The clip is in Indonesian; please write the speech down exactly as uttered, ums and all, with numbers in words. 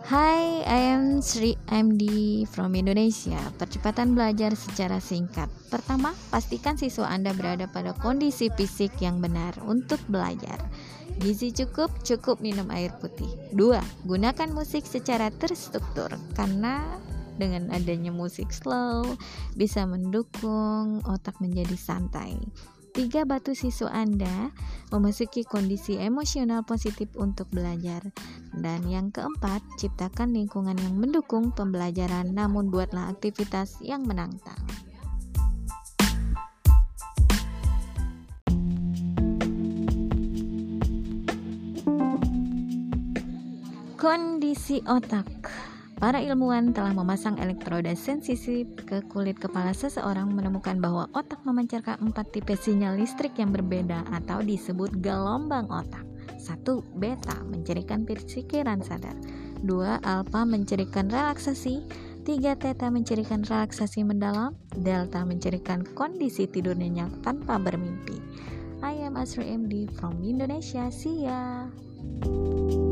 Hai, I am Sri M D from Indonesia. Percepatan belajar secara singkat. Pertama, pastikan siswa Anda berada pada kondisi fisik yang benar untuk belajar. Gizi cukup, cukup minum air putih. Dua, gunakan musik secara terstruktur karena dengan adanya musik slow bisa mendukung otak menjadi santai. Tiga, bantu siswa Anda memasuki kondisi emosional positif untuk belajar. Dan yang keempat, ciptakan lingkungan yang mendukung pembelajaran, namun buatlah aktivitas yang menantang. Kondisi otak. Para ilmuwan telah memasang elektroda sensitif ke kulit kepala seseorang, menemukan bahwa otak memancarkan empat tipe sinyal listrik yang berbeda atau disebut gelombang otak. Satu, beta mencirikan pikiran sadar. Dua, alfa mencirikan relaksasi. Tiga, theta mencirikan relaksasi mendalam. Delta mencirikan kondisi tidur nyenyak tanpa bermimpi. I am Asri M D from Indonesia. See ya.